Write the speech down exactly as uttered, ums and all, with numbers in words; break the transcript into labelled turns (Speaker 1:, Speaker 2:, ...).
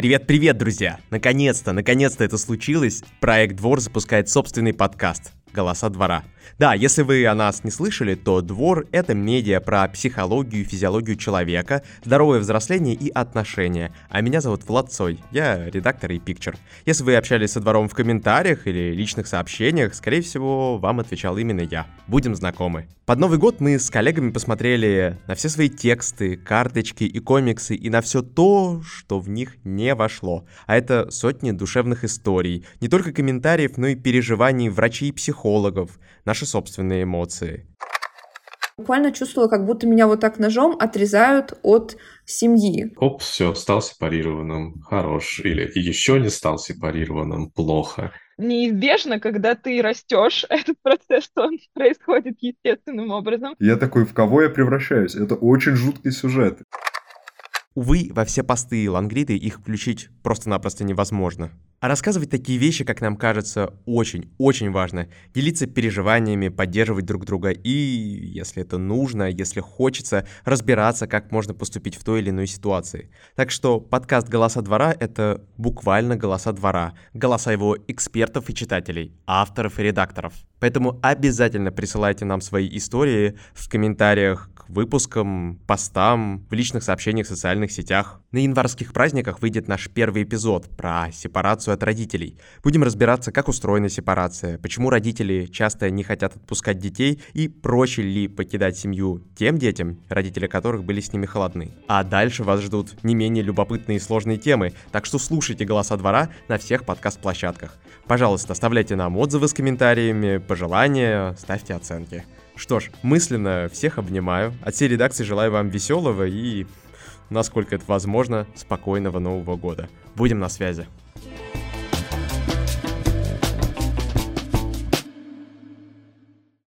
Speaker 1: Привет-привет, друзья! Наконец-то, наконец-то это случилось. Проект «Двор» запускает собственный подкаст «Голоса двора». Да, если вы о нас не слышали, то «Двор» — это медиа про психологию и физиологию человека, здоровое взросление и отношения. А меня зовут Влад Цой, я редактор и пикчер. Если вы общались со «Двором» в комментариях или личных сообщениях, скорее всего, вам отвечал именно я. Будем знакомы. Под Новый год мы с коллегами посмотрели на все свои тексты, карточки и комиксы и на все то, что в них не вошло. А это сотни душевных историй, не только комментариев, но и переживаний врачей и психологов, наши собственные эмоции.
Speaker 2: Буквально чувствовала, как будто меня вот так ножом отрезают от семьи.
Speaker 3: Оп, все, стал сепарированным, хорош. Или еще не стал сепарированным, плохо.
Speaker 4: Неизбежно, когда ты растешь, этот процесс, он происходит естественным образом.
Speaker 5: Я такой, в кого я превращаюсь? Это очень жуткий сюжет.
Speaker 1: Увы, во все посты и лангриды их включить просто-напросто невозможно. А рассказывать такие вещи, как нам кажется, очень-очень важно. Делиться переживаниями, поддерживать друг друга и, если это нужно, если хочется, разбираться, как можно поступить в той или иной ситуации. Так что подкаст «Голоса двора» — это буквально голоса двора, голоса его экспертов и читателей, авторов и редакторов. Поэтому обязательно присылайте нам свои истории в комментариях к выпускам, постам, в личных сообщениях в социальных сетях. На январских праздниках выйдет наш первый эпизод про сепарацию от родителей. Будем разбираться, как устроена сепарация, почему родители часто не хотят отпускать детей и проще ли покидать семью тем детям, родители которых были с ними холодны. А дальше вас ждут не менее любопытные и сложные темы, так что слушайте «Голоса двора» на всех подкаст-площадках. Пожалуйста, оставляйте нам отзывы с комментариями, пожелания, ставьте оценки. Что ж, мысленно всех обнимаю. От всей редакции желаю вам веселого и, насколько это возможно, спокойного Нового года. Будем на связи.